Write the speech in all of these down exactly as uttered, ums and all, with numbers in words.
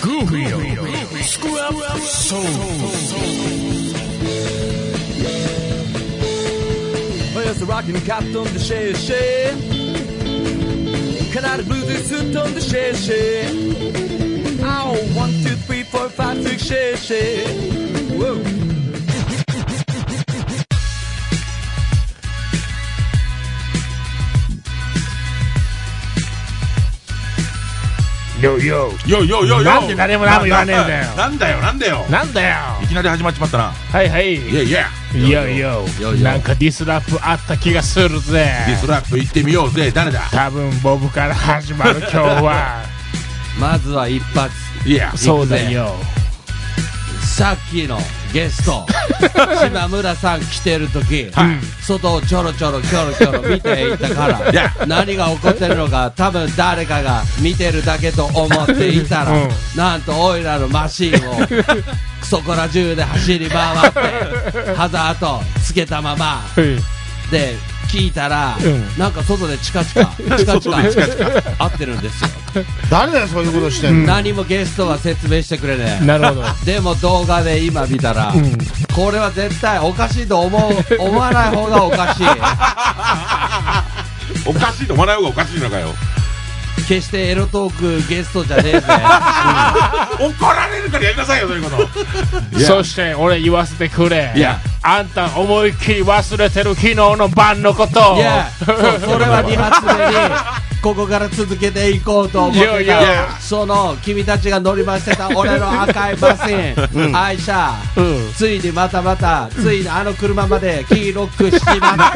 Groovio Scrap Soul. Where's the rockin' Captain de Chez Chez? Canada Blues is suit on the Chez Chez. Oh, one, two, three, four, five, six, Chez Chez. Whoa. Yo yo よよよよなんで誰も何も言わねえんだよ。 なんだよなんだよなんだよ。 いきなり始まっちまったな。 はいはい。 いやいやいやいや。なんかディスラップあった気がするぜ。 ディスラップ行ってみようぜ。誰だ。 多分ボブから始まる今日は。 まずは一発。 いやそうだよ。 さっきのゲスト島村さん来てる時、はい、外をちょろちょろキョロキョロ見ていたから何が起こってるのか多分誰かが見てるだけと思っていたら、うん、なんとオイラのマシンをそこら中で走り回ってハザードつけたまま、うん、で聞いたら、うん、なんか外でチカチカチカチカ合ってるんですよ。 誰だよそういうことしてんの。 何もゲストは説明してくれねえ。 なるほど。 でも動画で今見たら、うん、これは絶対おかしいと思う思わない方がおかしい。 おかしいと思わない方がおかしいのかよ。 決してエロトークゲストじゃねえぜ。 うん、怒られるからやりなさいよそういうこと。 そして俺言わせてくれ。いやあんた思いっきり忘れてる昨日の晩のこと。 いや そ, それはに発目にここから続けていこうと思ってた。その君たちが乗り回してた俺の赤いマシン、うん、愛車、うん、ついにまたまたついにあの車までキーロックしちまった。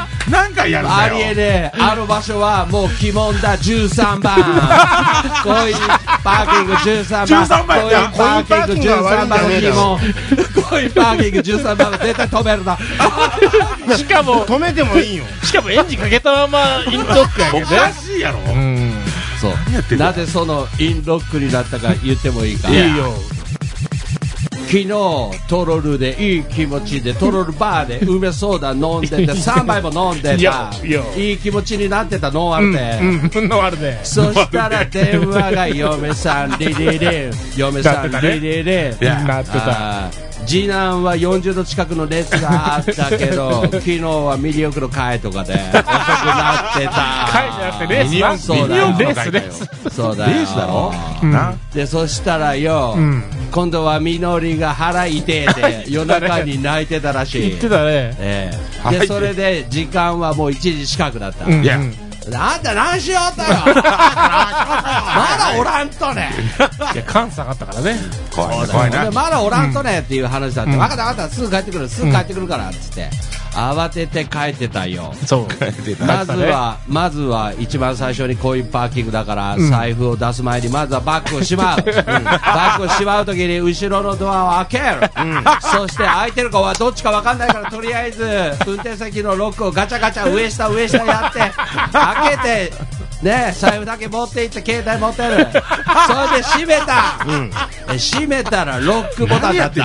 何回やるんだよ。 ありえねえ。あの場所はもう鬼門だ。じゅうさんばんコインパーキングじゅうさんばんじゅうさんばんコインパーキングじゅうさんばんの鬼門コインパーキングじゅうさんばんは絶対止めるな。 しかも止めてもいいよ。 しかもエンジンかけたままインロックやけどね。 おかしいやろ。うん、 そうなぜそのインロックになったか言ってもいいか。 いいよ。 昨日トロルでいい気持ちでトロルバーで梅ソーダ飲んでてさんばいも飲んでた。いい気持ちになってた。ノンアルで、 うんうん、ノンアルで。 そしたら電話が嫁さんリリリ嫁さんリリリなってた。 次男はよんじゅうど近くの熱があったけど昨日はミリオクの会とかで遅くなってた。 会じゃなくてレース。 そうだよ。 レースレース。 そうだよ。 レースだろ、 うん、 でそしたらよ、うん、今度はみのりが腹痛えて夜中に泣いてたらしい。 言ってたね、 えー、でそれで時間はもういちじ近くなった、うん、 いやあんた何しようとよ。まだおらんとね。 いや関西あったからね。 怖い怖いな。 まだおらんとねっていう話だって、うん、分かった分かったすぐ帰ってくるすぐ帰ってくるからっつって、うん、慌てて帰ってたよ。 そうまずはまずは一番最初にコインパーキングだから、うん、財布を出す前にまずはバッグをしまう、うん、バッグをしまうときに後ろのドアを開ける、うん、そして開いてるかはどっちか分かんないからとりあえず運転席のロックをガチャガチャ上下上下やって開けてね、財布だけ持っていって携帯持ってる。それで閉めた、うん、閉めたらロックボタンだった。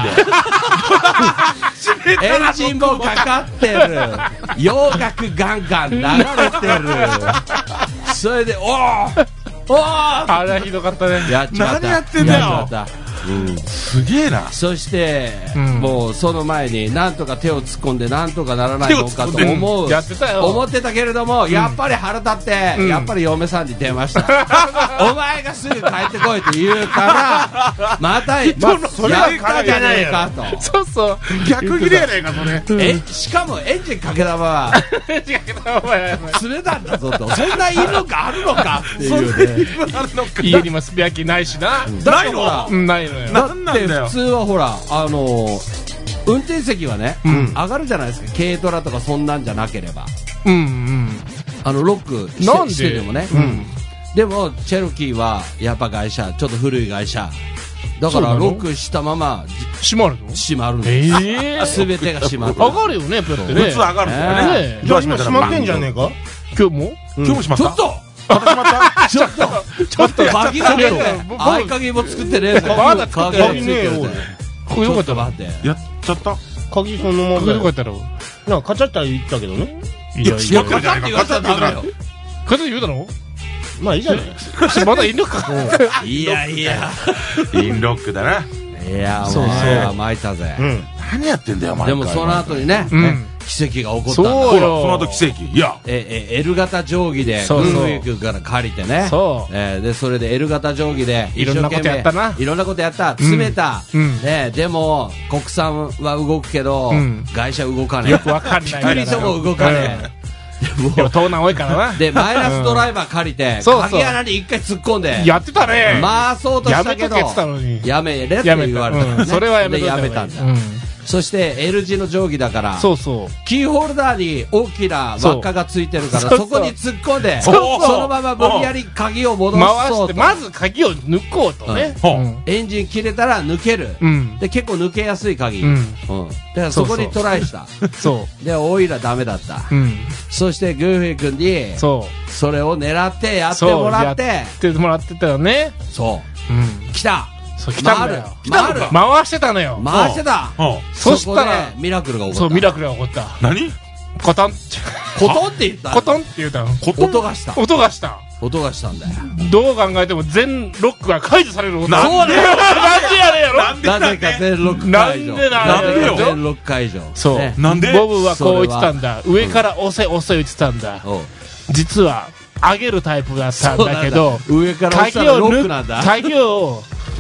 エンジンもかかってる。洋楽ガンガン流れてる。それでおーおーあれはひどかったね。 やっちまった。 何やってんだよ。 うん、 すげえな。 そして、うん、もうその前になんとか手を突っ込んでなんとかならないのかと思うやってたよ。 思ってたけれども、うん、やっぱり腹立って、うん、やっぱり嫁さんに電話した、うん、お前がすぐ帰ってこいって言うからまた、ま、それやったじゃねえかと。 そうそう逆切れやねえかそれ、 うん、えしかもエンジンかけたままエンジンかけたままや詰めたんだぞと。そんな言いのかあるのかっていうね。 家にもスペアキーないしな。 ないの？ ないの。 だって普通はほらあのー、運転席はね、うん、上がるじゃないですか。軽トラとかそんなんじゃなければ、うんうん、あのロックしてなんでしてでもね、うん、でもチェロキーはやっぱ外車ちょっと古い外車だからロックしたまま閉まるの閉まるの。 えー、 全てが閉まる。 上がるよねペッてね。 普通上がるんだよね、 えー、じゃあ今閉まってんじゃねえか今日も、 うん、今日も閉まった。 ちょっとちょっとちょっとバギがねえぜ。合鍵も作ってねえぜ。 まだ作ってない。鍵ついてるぜ。 これどこやったらやっちゃった。 鍵そのままこれどこやったらなんかカチャッタ言ったけどね。 いやいやカチャって言わせたらダメよ。 カチャって言うたのまあいいじゃないですか。 まだいんのか。 いやいや。 インロックだな。 いや、 そうそうもう、巻いたぜ。 何やってんだよ、お前。 でもその後にね、奇跡が起こったんだ。 そうよ。 その後奇跡。いや。 え、え、L 型定規で、 そうそうグーフィー君から借りてね。 そう。 えー、で、それで L 型定規で、 いろんなことやったな。 いろんなことやった。詰めた。 うん。 ね、でも、国産は動くけど、外車動かねえ。 よくわかんない。 ピクリとも動かねえ。 でも盗難多いからな。 で、マイナスドライバー借りて、鍵穴に一回突っ込んで。 やってたね。 回そうとしたけど、やめれって言われた。 それはやめた。 やめたんだ。そして L 字の定規だから、 そうそう。 キーホルダーに大きな輪っかがついてるから、そこに突っ込んで、そのまま無理やり鍵を戻そうと。 まず鍵を抜こうとね。 エンジン切れたら抜ける。で、結構抜けやすい鍵。だからそこにトライした。 そう。 で、オイラダメだった。そしてグーフィー君に、そう。それを狙ってやってもらって。 やってもらってたよね。 そう。来た。 そう、来たんだよ。来たのか。回してたのよ。 回してた。 そしたら、 ミラクルが起こった。 そう、ミラクルが起こった。 何コトン。 コトンって言ったコトンって言ったの。 音がした。 音がした。 音がしたんだよ。 どう考えても全ロックが解除される音。 そうだよ。 なんでやれやろ。 なぜか全ロック解除。 なんでなんでよ。全ロック解除。 そう。なんでボブはこう言ってたんだ。上から押せ押せ言ってたんだ。実は、上げるタイプだったんだけど、 上から押したらロックなんだ。 鍵を、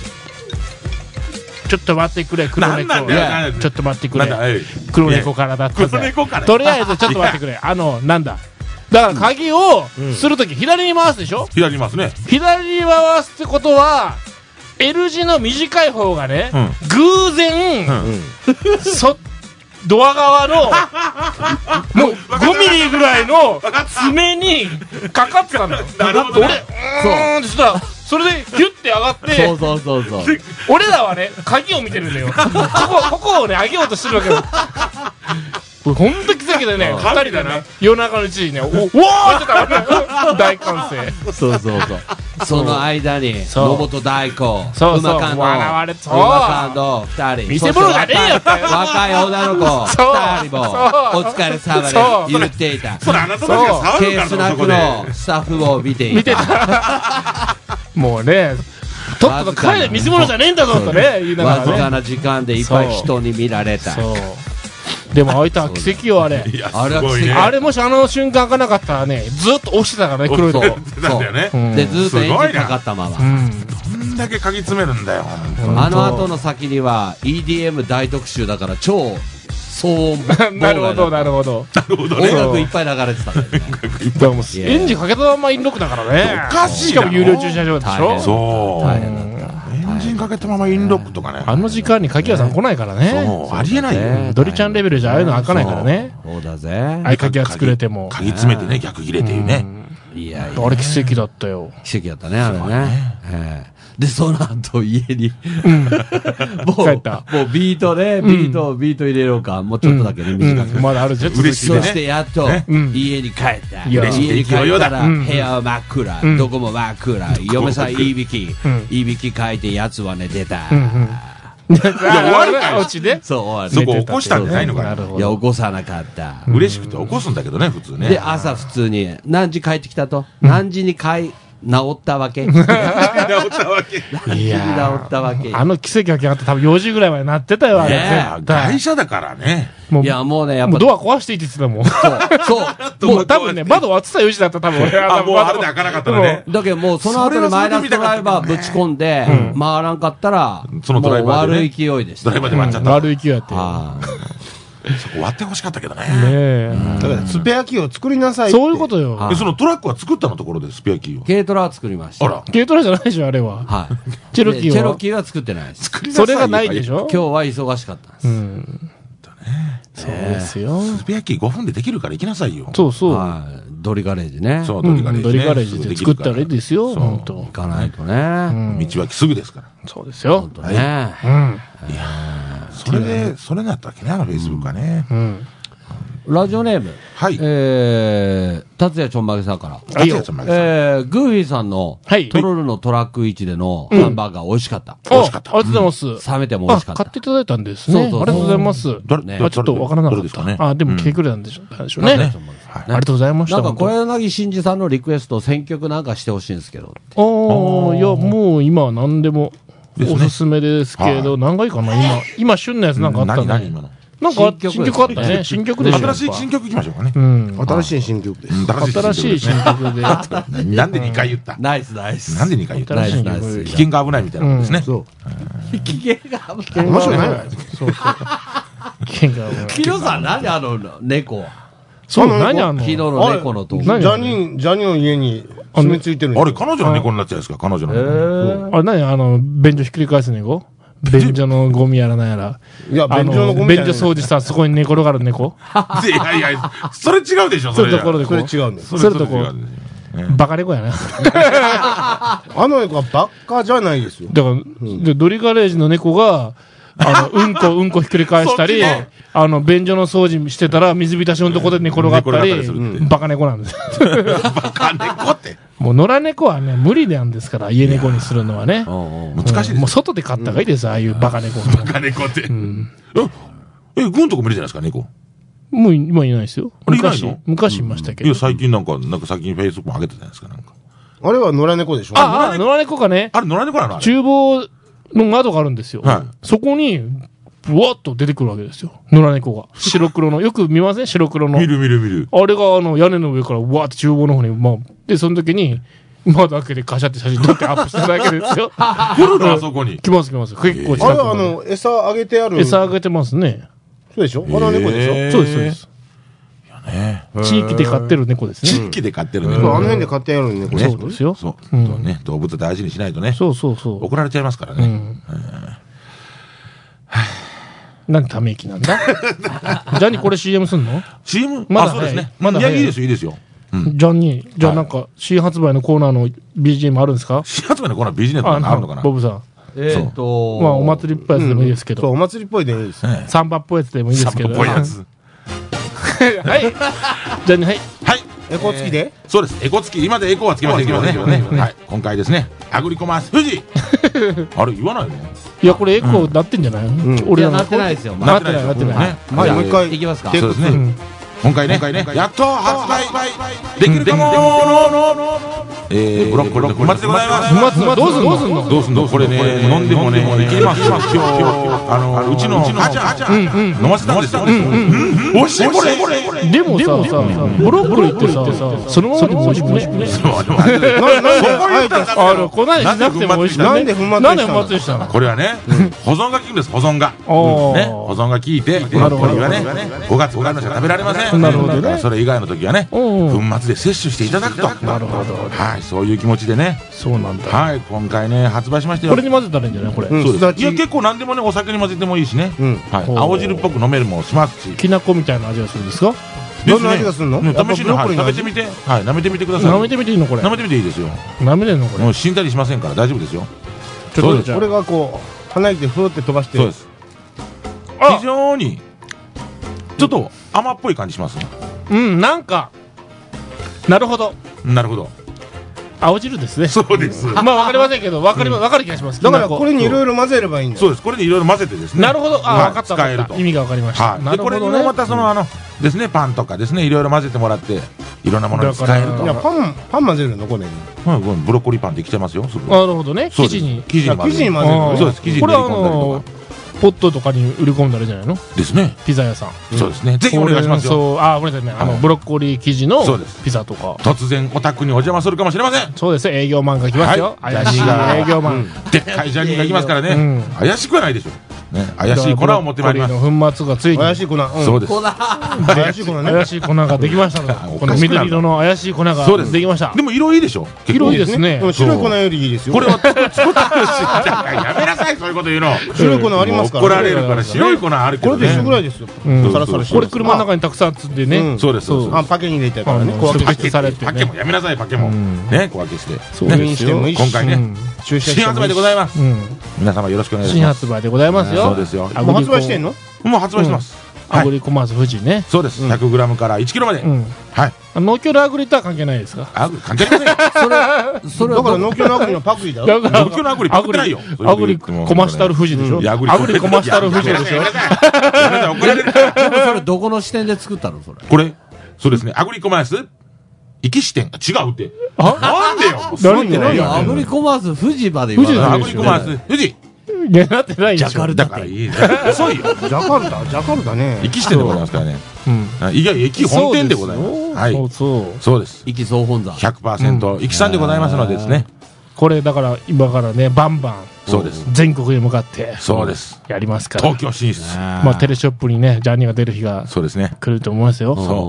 ちょっと待ってくれ、黒猫。ちょっと待ってくれ。黒猫からだったぜ。とりあえずちょっと待ってくれ。あの、なんだ。だから鍵をするとき左に回すでしょ。 左に回すね。 左に回すってことは、L 字の短い方がね、偶然、そ、ドア側の、もうごミリぐらいの爪にかかってたんだよ。 なるほど。 俺、うーんってしたら、それでギュッて上がって、 そうそうそうそう。 俺らはね、鍵を見てるんだよ。ここ、ここをね、上げようとしてるわけよ。これほんと奇跡でね、二人でね、夜中のうちにね、お、おーってたら大歓声。 そうそうそう。その間に、野本大子、 そうそう、 馬感の、 笑われて、 馬感の二人。 見せ物じゃねえよって。 若い女の子、二人も、お疲れ様で言っていた。 それあなたたちが騒ケーぐからスナックのスタッフを見ていた。 見てた。もうね、とっとと帰れ、見せ物じゃねえんだぞとね、言いながらね。 わずかな時間でいっぱい人に見られた。 そう。でもあいたは奇跡よ、あれ。 あれは奇跡。 あれもしあの瞬間開かなかったらね、ずっと押してたからね、黒いとこ。 なんだよね。 で、ずっとエンジンかかったまま。 どんだけ鍵詰めるんだよ。 あの後の先には イーディーエム 大特集だから超騒音妨害。 なるほど、なるほど。 音楽いっぱい流れてたんだよね。 エンジンかけたままインロックだからね。 おかしい。 しかも有料駐車場でしょ。 そう。 大変だった。 エンジンかけたままインロックとかね。 あの時間に鍵屋さん来ないからね。 そう、ありえないよ。 ドリちゃんレベルじゃああいうの開かないからね。 そうだぜ。 合鍵が作れても。 鍵詰めてね、逆切れていうね。 いやいや。 あれ奇跡だったよ。 奇跡だったね、あれね。で、その後家に、もう、もうビートね、ビート、ビート入れようか。もうちょっとだけね、短く。 まだあるじゃん。 嬉しいね。 そしてやっと、家に帰った。 家に帰ったら、部屋は真っ暗。どこも真っ暗。嫁さんいびき。いびきかいて、やつはね、出た。 いや、終わるか、うちで。 そう、終わる。 そこ起こしたんじゃないのかな。 いや、起こさなかった。 嬉しくて起こすんだけどね、普通ね。 で、朝普通に、何時帰ってきたと何時に帰、治ったわけ治ったわけいや治ったわけあの奇跡が決まって多分よじぐらいまでなってたよ、あれ。 会社だからね。 いや、もうね、やっぱ。 ドア壊していいって言ってたもん。そう。もう多分ね、窓割ってたよじだったら多分俺は。あ、もうあれで開かなかったらね。 だけどもうその後にマイナスドライバーぶち込んで、回らんかったら、 そのドライバーで。 悪い勢いでした。 ドライバーで割っちゃった。 悪い勢いやって。 そこ割ってほしかったけどね。 ねえ。 だからスペアキーを作りなさい。 そういうことよ。 そのトラックは作ったのところでスペアキーを。 軽トラは作りました。 あら。 軽トラじゃないでしょ、あれは。 はい。 チェロキーは。 チェロキーは作ってないです。 それがないでしょ。 今日は忙しかったんです。うん。 そうですよ。 スペアキーごふんでできるから行きなさいよ。 そうそう。 はい。ドリガレージね。 そう、ドリガレージ。 ドリガレージで作ったらいいですよ、本当。 行かないとね。 道脇すぐですから。 そうですよ。 本当ね。 うん。 いやそれで、それだったっけね、あのフェイスブックはね。うん。 ラジオネーム、 はい。 えー、達也ちょんまげさんから。 達也ちょんまげさん。 えー、グーフィーさんの、 はいトロルのトラックいちでのハンバーガー美味しかった。 美味しかった。ありがとうございます。 冷めても美味しかった。 買っていただいたんですね。 そうそうそうありがとうございます。 どれ、 ねあちょっとわからなかった。 ね。 あ、でも来てくれたんでしょうね。ね。ありがとうございました。 なんか小柳真二さんのリクエスト、選曲なんかしてほしいんですけど。 ああ、いや、もう今は何でもおすすめですけど、何がいいかな今、今旬のやつなんかあった何、何今の。 なんか新曲あったね。新曲でしょ。 新しい新曲いきましょうかね。 うん。 新しい新曲です。 新しい新曲で。 なんでにかい言った？ ナイスナイス。 なんでにかい言った？ ナイスナイス。 危険が危ないみたいなことですね。 そう。 危険が危ない。 面白いね。 そうそう。危険が危ない。 キロさん、何あの猫は。 そう、何あの昨日の猫のとこ。 ジャニー、ジャニーの家に住み着いてるんです。 あれ、彼女の猫になっちゃうんですか、彼女の猫。 あれ、何あの、便所ひっくり返す猫便所のゴミやらなんやら。 いや、便所のゴミ。 便所掃除したらそこに寝転がる猫いやいや、それ違うでしょ、それ。 そういうところでこう。 それ違うんです。 それとこう。バカ猫やな。 あの猫はバカじゃないですよ。 だから、でドリガレージの猫が、あの、うんこ、うんこひっくり返したり、あの、便所の掃除してたら、水浸しのとこで寝転がったり、バカ猫なんです。 バカ猫って。 もう野良猫はね、無理なんですから、家猫にするのはね。 難しいです。 もう外で飼った方がいいです、ああいうバカ猫。 バカ猫って。え、グンとこ見るじゃないですか、猫。 もう今いないですよ。 昔、 昔いましたけど。 いや、最近なんか、なんか最近フェイスブックも上げてたじゃないですか、なんか。 あれは野良猫でしょ？ ああ、野良猫がね。 あれ、野良猫なの？ 厨房の窓があるんですよ。そこに、ぶわっと出てくるわけですよ。野良猫が。白黒の。よく見ません？白黒の。 見る見る見る。 あれがあの屋根の上からわーって厨房の方に、まあ、で、その時に、窓開けてカシャって写真撮ってアップしただけですよ。 来るのあそこに。 来ます来ます。結構近く。 あれはあの、餌あげてある。 餌あげてますね。 そうでしょ？あの猫でしょ？ そうです、そうです。地域で飼ってる猫ですね。 地域で飼ってる猫。あの辺で飼ってやる猫そうですよ。 そう。ね、動物大事にしないとね。 そうそうそう。 怒られちゃいますからね。 なんでため息なんだジャニーこれ シーエム すんのシーエム? まだそうですね。 まだいや、いいですよ、いいですよ。 ジャニー、じゃあなんか新発売のコーナーの ビージーエム あるんですか？ 新発売のコーナービジネスとかあるのかな？ ボブさん。 えっと、 まあお祭りっぽいやつでもいいですけど。 そう、お祭りっぽいでいいです。 サンバっぽいやつでもいいですけど。 サンバっぽいやつ。 はい。ジャニー、はい。 はい。 エコ付きで？ そうです。エコ付き。今でエコはつきませんけどね。はい。今回ですね、アグリコマース富士。あれ言わないの？ いや、これエコなってんじゃない？ 俺はなってないですよ。 なってない、なってない。 はい、もう一回。 いきますか。 そうですね。今回ね、今回ね、やっと発売できるかもえー、ブロッコリーの粉末でございます。 粉末どうすんの？どうすんの？ どうすんの？これね、飲んでもね、いけます。今日、あの、うちの、あちゃあちゃ、飲ませたんですよ。美味しいこれでもさ、ブロッコリーってさ、そのままでも美味しくね。 そう、あの、粉にしなくても美味しくね。 なんで粉末にしたの？ なんで粉末にしたの？ これはね、保存が効くんです、保存が。ね、保存が効いて、ブロッコリーはね、ごがつごがつのしか食べられません。 なるほどね。 それ以外の時はね、粉末で摂取していただくと。 なるほど。 はい、そういう気持ちでね。 そうなんだ。 はい、今回ね、発売しましたよ。 これに混ぜたらいいんじゃないこれ。 そうです。いや、結構何でもね、お酒に混ぜてもいいしね。はい。青汁っぽく飲めるもしますし。 きな粉みたいな味がするんですか？ どんな味がするの？ 試しに食べてみて。はい、舐めてみてください。 舐めてみていいのこれ？ 舐めてみていいですよ。 舐めれんのこれ？ もう死んだりしませんから大丈夫ですよ。 ちょっとじゃあ。 これがこう、離れてふーって飛ばして。 そうです。非常に、ちょっと甘っぽい感じしますね。 うん、なんか、なるほど。 なるほど。 青汁ですね。 そうです。 まあわかりませんけど、わかり、わかる気がします。 だからこれにいろいろ混ぜればいいんだ。 そうです。これでいろいろ混ぜてですね。 なるほど。あ、わかった。 使えると。 意味がわかりました。 で、これにもまたそのあの、ですね、パンとかですね、いろいろ混ぜてもらって、いろんなものに使えると。 いや、パン、パン混ぜるのこれに。 ブロッコリーパンできてますよ。 なるほどね。生地に。 生地に混ぜる。そうです。生地に練り込んだりとか。 ポットとかに売り込んだらいいんじゃないのですね。 ピザ屋さん。 そうですね。ぜひお願いしますよ。 あ、ごめんなさいね。あの、ブロッコリー生地のピザとか。 突然お宅にお邪魔するかもしれません。 そうですね。営業マンが来ますよ。怪しい営業マン。 でっかいジャニーが来ますからね。怪しくはないでしょ。ね、怪しい粉を持ってまいります。 粉末がついて。 怪しい粉。 そうです。 怪しい粉ね。 怪しい粉ができましたの。この緑色の怪しい粉ができました。 でも色いいでしょ。 色いいですね。 白い粉よりいいですよ。 これは作ってるし、やめなさい、そういうこと言うの。 白い粉ありますから。 怒られるから白い粉あるけどね。 これと一緒ぐらいですよ。サラサラして。 これ車の中にたくさん積んでね。 そうです。 あ、パケに入れたからね。 小分けしてされて。 パケもやめなさい、パケも。ね、小分けして。 そうですよ。 今回ね、新発売でございます。皆様よろしくお願いします。 新発売でございますよ。 そうですよ。 もう発売してんの？ もう発売してます。 アグリコマース富士ね。 そうです。ひゃくグラムからいちキロまで。はい。 農協のアグリとは関係ないですか？ アグリ関係ありませんよ。 それ、それだから農協のアグリのパクリだよ。 だから農協のアグリパクってないよ。 アグリコマシタル富士でしょ。アグリコマシタル富士でしょ。 怒られる。 でもそれどこの視点で作ったのそれ。 これ、そうですね。アグリコマース壱岐支店が違うって。 あなんでよ。 誰っていや、アグリコマース富士まで言わない。 アグリコマース富士。 いや、なってないでしょ。 ジャカルタだからいい。遅いよ。 ジャカルタ、ジャカルタね。 壱岐支店でございますからね。 うん。 いや、駅本店でございます。はい。 そうそう。 そうです。 壱岐総本山。 ひゃくパーセント、壱岐さんでございますのでですね。 これだから今からね、バンバン。 そうです。 全国に向かって。 そうです。 やりますから。 東京進出。 まあテレショップにね、ジャニーが出る日が。 そうですね。 来ると思いますよ。 そう。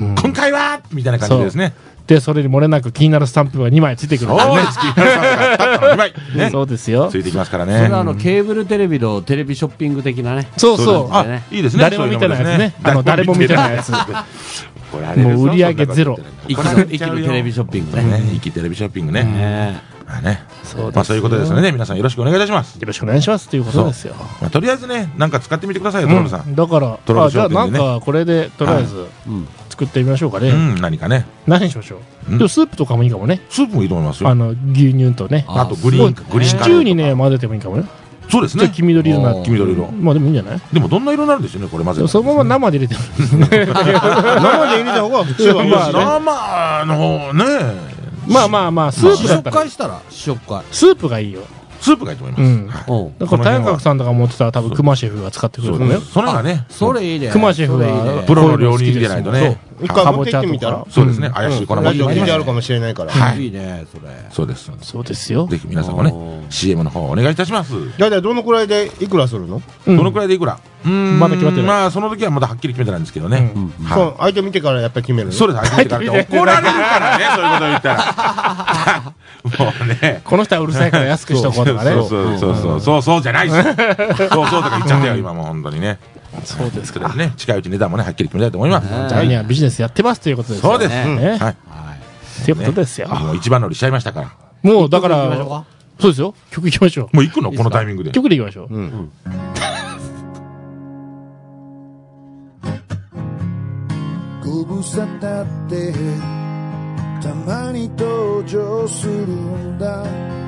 今回はみたいな感じですね。 で、それに漏れなく気になるスタンプがにまいついてくるんですね。 そうです。気になるスタンプがたったのにまい。ね。 そうですよ。 ついてきますからそれね。 はあの、ケーブルテレビのテレビショッピング的なね。 そうそう。 あ、いいですね。 誰も見てないやつね。あの、誰も見てないやつ。もう売り上げゼロ。 壱岐の、壱岐のテレビショッピングね。 壱岐テレビショッピングね。まあね。 そうまあそういうことですのでね、皆さんよろしくお願いいたします。 よろしくお願いしますということですよ。 まあとりあえずね、なんか使ってみてくださいよ、トロルさん。 だから、あ、じゃあなんかこれでとりあえず作ってみましょうかね。 うん、何かね。 何にしましょう。でもスープとかもいいかもね。 スープもいいと思いますよ。 あの、牛乳とね。 あとグリーン、グリーンシチューにね、混ぜてもいいかもね。 そうですね。 黄緑色になって。 黄緑色。 まあでもいいんじゃない？ でもどんな色になるんですよね、これ混ぜて。 そのまま生で入れても。 生で入れた方が普通はまあ生のね。 まあまあまあ、スープだったら。 試食会したら、試食会。 スープがいいよ。 スープがいいと思います。 うん。だから、大角さんとか持ってたら多分、熊シェフが使ってくると思うよ。 それがね。 それいいね。 熊シェフは、 プロの料理人じゃないとね。 一回持ってきてみたら。 そうですね。怪しい粉ラジオ聞いてあるかもしれないから。 はい。 いいね、それ。 そうです。 そうですよ。 ぜひ皆さんもね、シーエム の方お願いいたします。 だいたいどのくらいでいくらするの？ どのくらいでいくら？うん。 まだ決まってない。 まあ、その時はまだはっきり決めてないんですけどね。 そう、相手見てからやっぱり決める。 そうです、相手見てから怒られるからね、そういうこと言ったら。もうね。 この人はうるさいから安くしとこうとかね。 そうそうそうそう、そうじゃないし。そうそうとか言っちゃったよ、今もう本当にね。 そうですかね。近いうち値段もね、はっきり決めたいと思います。 ジャニーはビジネスやってますということですそうです。 ね。 はい。 っていうことですよ。 もう一番乗りしちゃいましたから。 もうだから、そうですよ。曲いきましょう。もう行くのこのタイミングで。 曲でいきましょう。 ご無沙汰ってたまに登場するんだ。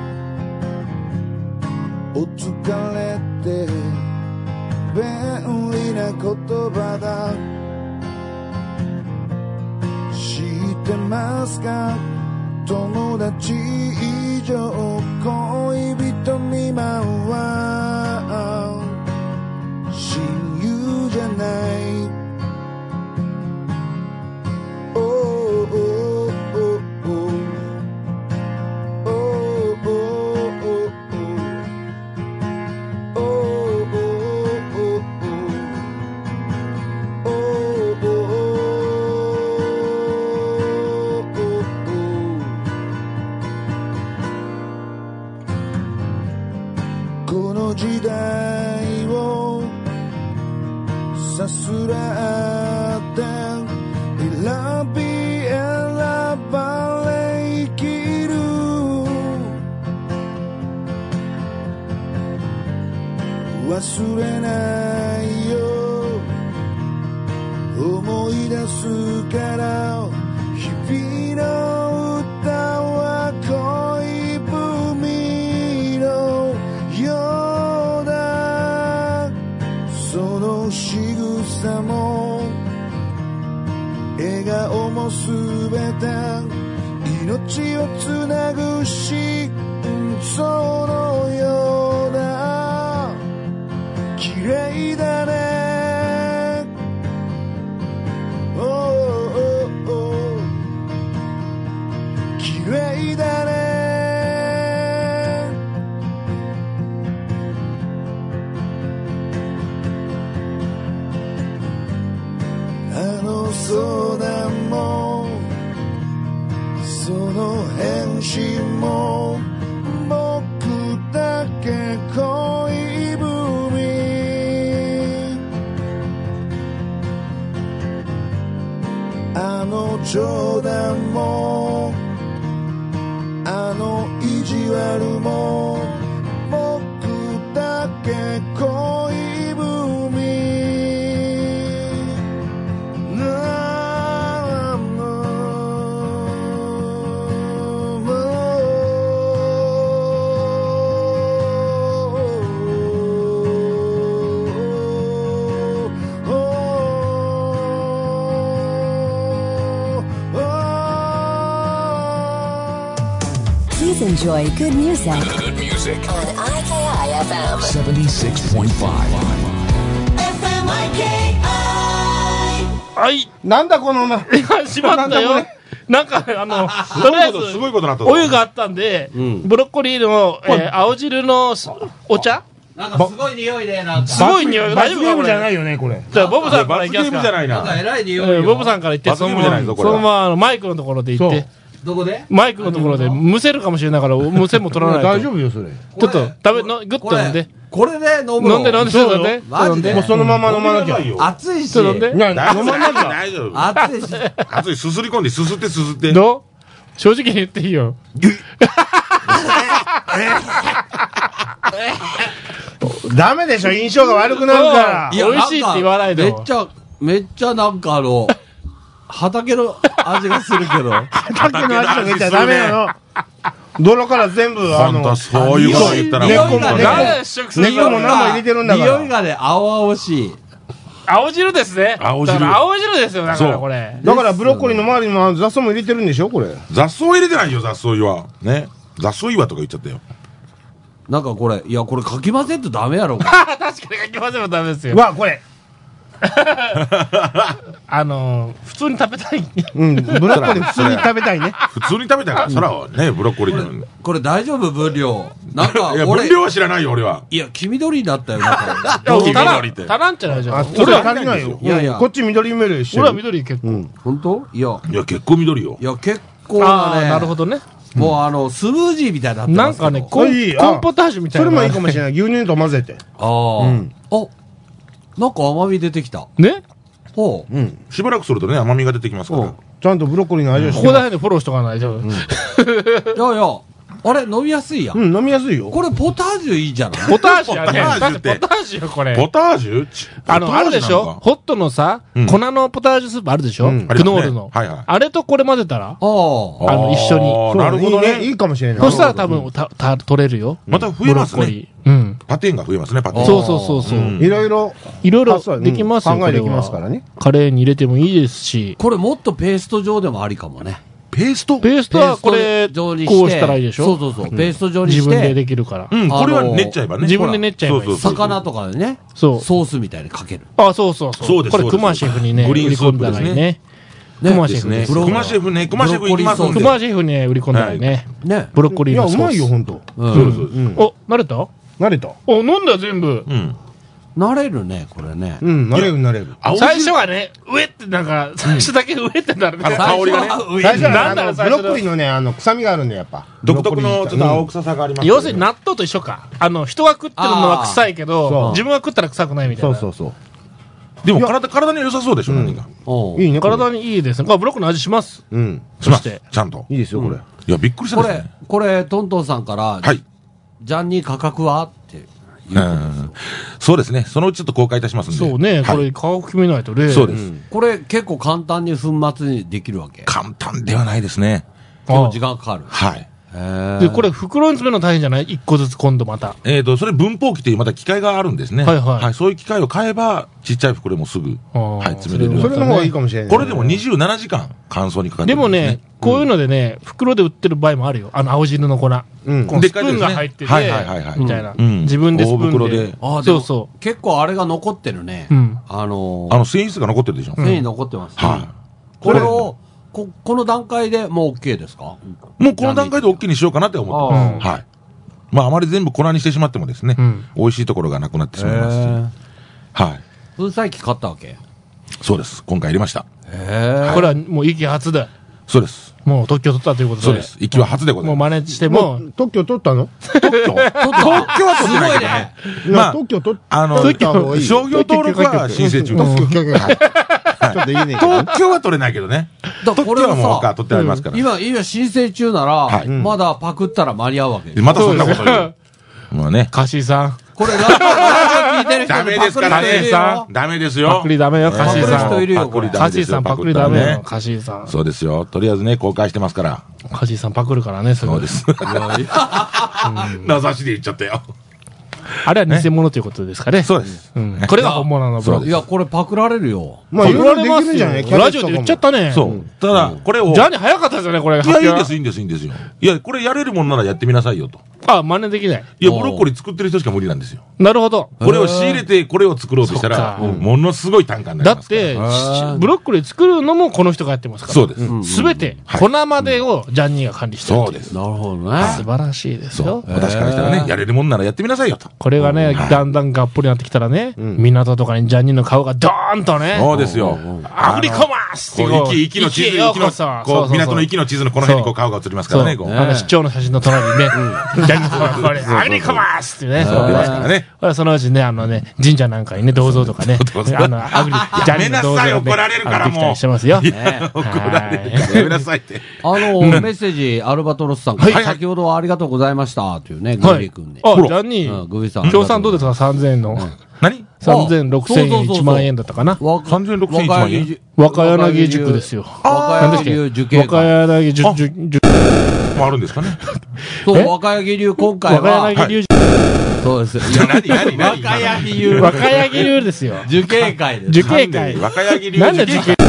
お疲れって便利な言葉だ。知ってますか？友達以上恋人未満は親友じゃない。この時代をさすらって選び選ばれ生きる。忘れないよ思い出すから日々の歌は恋文のようだ。その仕草も笑顔もすべて命をつなぐしそのような綺麗だね。おーおーおー綺麗だね。あの相談もその返信も僕だけ恋文。あの冗談もあの意地悪も僕だけ恋文。 enjoy good music Good music. on アイケーアイエフエム seventy-six point five. はいなんだこのましまったよ。なんかあのとりあえずすごいことになったぞお湯があったんで、ブロッコリーの、えー青汁のお茶なんかすごい匂いで、なんか。 すごい匂い。大丈夫かこれ。 罰ゲームじゃないよねこれ。 じゃあボブさんから罰ゲー行きますか。 ムじゃないな。 なんか偉い匂いよ。 えーボブさんから行って罰そのままゲームじゃないぞこれはそのままあのマイクのところで行ってどこでマイクのところでむせるかもしれないからむせも取らないと。 大丈夫よそれ。 ちょっと食べのグッと飲んでこれで飲むの飲んで飲んでそうよ飲んでマジで飲んもうそのまま飲まなきゃ。 熱いしちょっと飲んでいや飲まなきゃ。 大丈夫。 熱いし熱い、すすり込んで、すすってすすって。 どう正直に言っていいよ。 ダメでしょ印象が悪くなるからい。や美味しいって言わないでめっちゃめっちゃなんかあの畑の味がするけど畑の味とか言っちゃダメなの。泥から全部あの本当そういうこと言ったら根っこももう匂いがね誰で試食する根っこも何も入れてるんだから。 匂いがね青々しい青汁ですね。 青汁だから青汁ですよだからそうこれ。 だからブロッコリーの周りにも雑草も入れてるんでしょこれ。 雑草入れてないよ、雑草岩。ね。雑草岩とか言っちゃったよ。 なんかこれいやこれかき混ぜんとダメやろ確かにかき混ぜもダメですよ。 わこれ。 あのー普通に食べたい。 うんブロッコリー普通に食べたいね。 普通に食べたから、そらね、ブロッコリーの。 これ大丈夫分量なんかいや、 俺分量は知らないよ、俺は。 いや黄緑だったよなんか黄足らん緑って足らんじゃないじゃん。 あそれは足りないよ。 いやいやうんこっち緑緑一緒。 俺は緑結構。 本当いやいや、結構緑よい。や結構ああなねなるほどね。 もうあのスムージーみたいになってますけどなんかねコンいいコンポタージュみたいな。 それもいいかもしれない。牛乳と混ぜて。 ああ、 うんあなんか甘み出てきたね。 ほううん。 しばらくするとね、甘みが出てきますから。 ちゃんとブロッコリーの味をしこてます。 こら辺でフォローしとかないと。 いやいやあれ飲みやすいやん、 うん飲みやすいよ。 これポタージュいいじゃないポタージュやね。 ポタージュってだってポタージュよこれ。 ポタージュちあの、 ポタージュあるでしょなんかホットのさ、 うん粉のポタージュスープあるでしょ、 うんクノールの、 ありますねはいはいあれとこれ混ぜたらあああの一緒にあーそうなるほどいいいいね。 かもしれない。 そしたら多分たた取れるよ。 また増えますね。 ブロッコリー。うん。 パテーンが増えますね、パテーン。 そうそうそうそう。 うんいろいろいろいろ発想できますよ、 うん考えできこれはますからね。 カレーに入れてもいいですし、 これもっとペースト状でもありかもねペーストペーストはこれ、 ペースト状にしてこうしたらいいでしょそうそうそう、ペースト状にして自分でできるから。 うん、これは練っちゃえばね。 自分で練っちゃえばいい。 そうそうそう魚とかでねそう。 ソースみたいにかけるあ、そうそうそう。 そうですこれ、 そうですクマシェフにね、売グリーンり込んだらいいね。クマシェフです。 ね。クマシェフね、クマシェフ行きますんクで。 マシェフにね売り込んだらいいね。 ねブロッコリーのソース。 いやうまいよ本当。 うんそうですそうです。 うん。 お、慣れた慣れた。 お、飲んだ全部。 うん。 慣れるねこれねうん慣れる慣れる。 青最汁初はね、上ってなんか、最初だけ上ってなるね。 あの香りがね最初はねなんだろうあのブロッコリーのねあの臭みがあるんだよやっぱ。 独特のちょっと青臭臭さがあります。 要するに納豆と一緒か。あの、人が食ってるのは臭いけそど、 う自分が食ったら臭くないみたいな。 そうそうそう。 でも体、体に良さそうでしょ、何か。 おういいねこれ。 体にいいですね。これブロッコリーの味します。 うん。 しますそしてちゃんと。 いいですよこれ。 いや、びっくりしたこれですね。 これトントンさんからはい。 ジャンに価格はってう言うことですんそうですね。そのうちちょっと公開いたしますんで。 そうね、 はいこれ価格決めないとね。 そうです。 これ結構簡単に粉末にできるわけ簡単ではないですね。 結構時間かかるはい。 へーで、これ袋に詰めるの大変じゃない一個ずつ今度また。 えっと、それ分包機っていうまた機械があるんですね。 はいはいそういう機械を買えば、ちっちゃい袋もすぐ、 あーはい、詰めれるそれの方がいいかもしれない。 これでもにじゅうななじかん乾燥にかかってでもるんですね。 ね、こういうのでね、袋で売ってる場合もあるよ。あの、青汁の粉。 うんこのスプーンが入ってて、 はいはいはいはいみたいな。 うん自分でスプーン大袋でで。 あーでもそうそ結構あれが残ってるね、 うんあのーあの、繊維質が残ってるでしょ。 繊維残ってます、ねはいこれをここの段階でもう OK ですかもうこの段階で OK にしようかなって思ってます。はい。まあ、あまり全部粉にしてしまってもですね、 うん美味しいところがなくなってしまいますし。はい。 粉砕機買ったわけそうです。今回入れました。 へう。これはもう息初で、 そうです。 もう特許取ったということで。 そうです。息は初でござもいうます。 真似しても、 もう特許取ったの？ 特許特許は取ってないけどね。 いやまあ特許取っあの、 取った方がいいよ。 商業登録は申請中です。 特許許可。ちょっといいね。 特許は取れないけどね。 だからこ特許はれはさもう取ってありますから。 今今申請中なら、 はいまだパクったら間に合うわけでまたそんなこと言う。もうね。 カシーさん。 これラジオラジオ聞いてる人ダメですからねパクる人いるよダメですよ。 パクリダメよ、カシーパクるさん。 人いるよこれカシーさんパクリダメよ、 パクったらねカシーさん。 そうですよ。とりあえずね、公開してますから。 カシーさんパクるからね、すぐそうです。名指しで言っちゃったよ。 あれは偽物ということですかね。 そうです。 うん。これが本物のブログ。 いや、これパクられるよ。 まあ、いろいろできるんじゃない？ ラジオで言っちゃったね。 そう。ただ、これを。 ジャニー早かったですよね、これ。 いや、いいんです、いいんです、いいんですよ。いや、これやれるもんならやってみなさいよと。 あ、真似できない。 いや、ブロッコリー作ってる人しか無理なんですよ。 なるほど。 これを仕入れて、これを作ろうとしたら、ものすごい単価になりますから。 だって、ブロッコリー作るのもこの人がやってますから。 そうです。 すべて、粉までをジャニーが管理してる。 そうです。 なるほどね。 素晴らしいですよ。 私からしたらね、やれるもんならやってみなさいよと。 これがね、だんだんがっぽりになってきたらね、港とかにジャニーの顔がドーンとね。 そうですよ。 あぶり込ますってこう、息の地図、息の、こう、港の息の地図のこの辺にこう顔が映りますからね、こう。 あの、市長の写真の隣にね、ジャニーの顔がこれ、あぶり込ますってね。 そう出ますからね。 そのうちね、あのね、神社なんかにね、銅像とかね、あの、あぶり、ジャニーの銅像がね、 怒られるからもう。 してますよ。 怒られるからやめなさいって。 あの、メッセージ、アルバトロスさんから、先ほどはありがとうございましたというね、グービー君で。 あ、ジャニー、 グービーさん。 協賛どうですか？さんぜんえんの。 何 ? さんぜんろくせんえんいちまん円だったかな。 さんぜんろくせんいちまん円若柳塾ですよ。 若柳流受験若柳塾、塾。 もあるんですかね。 そう、若柳流今回は。 若柳流。 そうです。 何何何若柳流。 若柳流ですよ。 受験会です。 受験会。 若柳流。 なんで受験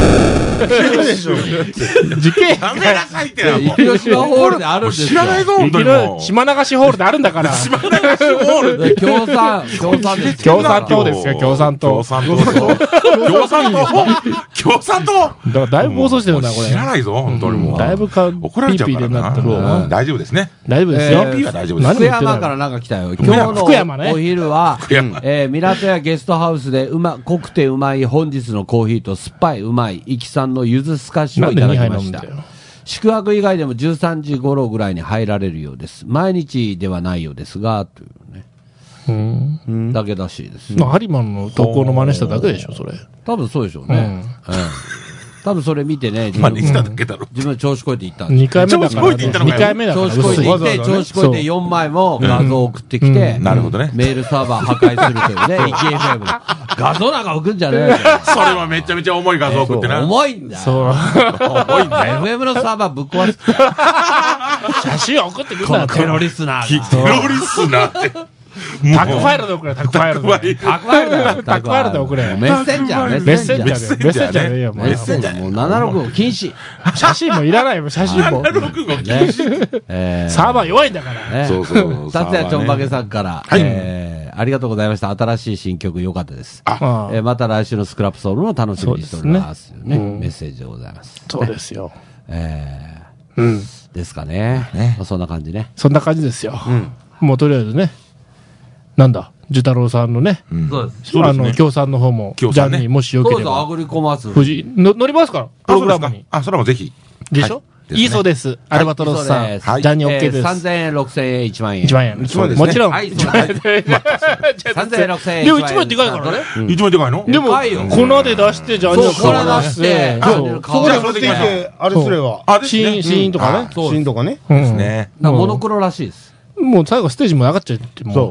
受験やめなさいってな。 広島ホールであるんですよ。 知らないぞ、本当にもう。 島流しホールであるんだから。 島流しホールで。 共産、共産です。 共産党ですよ、共産党。 共産党。共産党共産党だからだいぶ暴走してるんだ、これ。 知らないぞ、本当にもう。 だいぶか、 怒られちゃうからな。大丈夫ですね。 大丈夫ですよ。 ピーは大丈夫です。 福山からなんか来たよ。今日のお昼は、えー、港屋ゲストハウスでうま、濃くてうまい本日のコーヒーと酸っぱいうまいイキさんのゆずスカッシュをいただきました。宿泊以外でもじゅうさんじ頃ぐらいに入られるようです。毎日ではないようですが、というね。うん。だけらしいです。 まあ、ハリマンの投稿の真似しただけでしょ、それ。 多分そうでしょうね。うん。多分それ見てね、 自分自分調子こいて行ったんです。 にかいめだから。にかい目だから。 調子こいて行って、調子こいてよんまいも画像を送ってきて、 なるほどね。 メールサーバー破壊するというね、イキエフエム。画像なんか送るんじゃねえよ。 それはめちゃめちゃ重い画像送ってな。 重いんだよ。 そう。 重いんだよ。 エフエム のサーバーぶっ壊す。 写真送ってくるんだテロリスナー。 テロリスナーって。 タクファイルで送れ、タクファイルで。タクファイルで。タクファイルで送れ。 メッセンジャー、 メッセンジャー。メッセンジャーね。 メッセンジャー。もうななろくご禁止。 写真もいらないよ、写真も。 ななろくご禁止。 サーバー弱いんだから。 そうそう。 達也ちょんばけさんから、えー、ありがとうございました。新しい新曲良かったです。 あえー、また来週のスクラップソウルも楽しみにしております。ね。メッセージでございます。 そうですよ。 えー、うん。 ですかね。ね。そんな感じね。 そんな感じですよ。うん。もうとりあえずね。なんだ、寿太郎さんのね。 そうです。 あの、協賛の方も、ジャニーもしよければ。 そうそう、アグリコマース。 富士、の、乗りますから、プログラムに。 あ、それもぜひ。 でしょいいそうです。アルバトロスさん。ジャニー OK です。 さんぜんえん、ろくせんえん、いちまん円。 いちまん円。もちろん。 はい、そうです。さんぜんえん、ろくせんえん。 でもいちまん円でかいからね。 いちまん円でかいのでも、粉で出して、ジャニーを粉出して、 そこで持ってきて、あれすれば。 あ、シーン、シーンとかね。 シーンとかね。 ですね。 モノクロらしいです。 もう最後ステージも上がっちゃってもそう。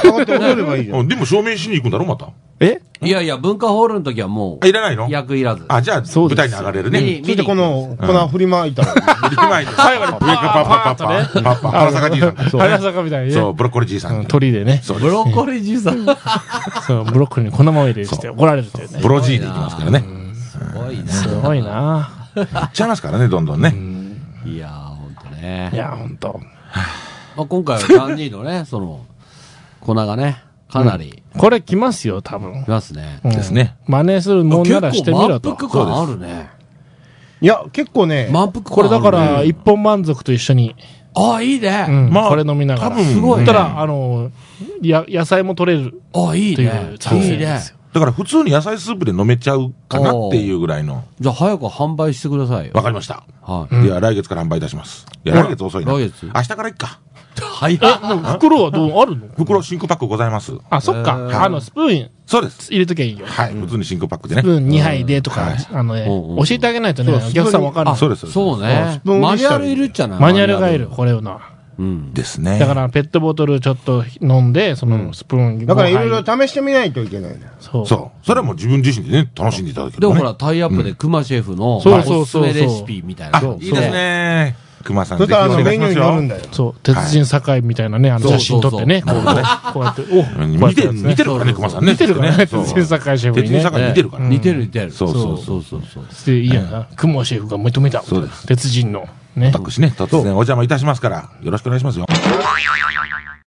上がって踊ればいいじゃん。 でも証明しに行くんだろ、また。 えいやいや、文化ホールの時はもう。 いらないの役いらず。 あ、じゃあ、舞台に上がれるね。 そしてこの、粉振りまいたら。 振りまいて。 最後にパパパパパパパパ原坂じいさん。 原坂みたいにね。 そう、ブロッコリーじいさん。 鳥でね。 ブロッコリーじいさん。 そう、ブロッコリーに粉まみれして怒られるというね。 ブロジーでいきますからね。 すごいな。 すごいな。 いっちゃいますからね、どんどんね。 いやー、ほんとね。 いや、ほんと。 まあ、今回はジャニーのね、その、粉がね、かなり。 これ来ますよ、多分。 来ますね。 ですね。 真似するもんならしてみろと。 満腹感あるね。 いや、結構ね。 満腹感これだから、一本満足と一緒に。 ああ、いいね。 まあ、これ飲みながら。 多分、 すごい。たら、あの、や、野菜も取れる。 ああ、いいね。 いいね。 だから普通に野菜スープで飲めちゃうかなっていうぐらいの。 じゃあ早く販売してくださいよ。 わかりました。 はい。では来月から販売いたします。いや、来月遅いな。来月明日からいっか。 はい。 袋はどうあるの？ 袋真空パックございます。 あ、そっか。あの、スプーン。 そうです。 入れときゃいいよ。 はい。普通に真空パックでね。 スプーンにはいでとか、あのね、教えてあげないとね、お客さんわかんない。 そうです。 そうね。マニュアルいるっちゃない？ マニュアルがいる、これをな。 うん。 ですね。 だからペットボトルちょっと飲んで、そのスプーン。 だからいろいろ試してみないといけないね。 そう。 そう。それはもう自分自身でね、楽しんでいただける。 でもほら、タイアップでクマシェフの、おすすめレシピみたいな。 いいですね。 熊さん、 そしたらあのぜひお願いしますよメニューに載るん。だよ。 そう、鉄人堺みたいなね、あの写真撮ってね、こうこうやって、おこうや見ってて、見てるからね、熊さんね。 見てるからね、 そう鉄人堺シェフ鉄人にね。 堺見てるから。 似てる似てる。 そうそうそうそうそう。 で、いいやな、熊シェフが認めた。 そうです鉄人の。ね。 私ね、突然お邪魔いたしますから、よろしくお願いしますよ。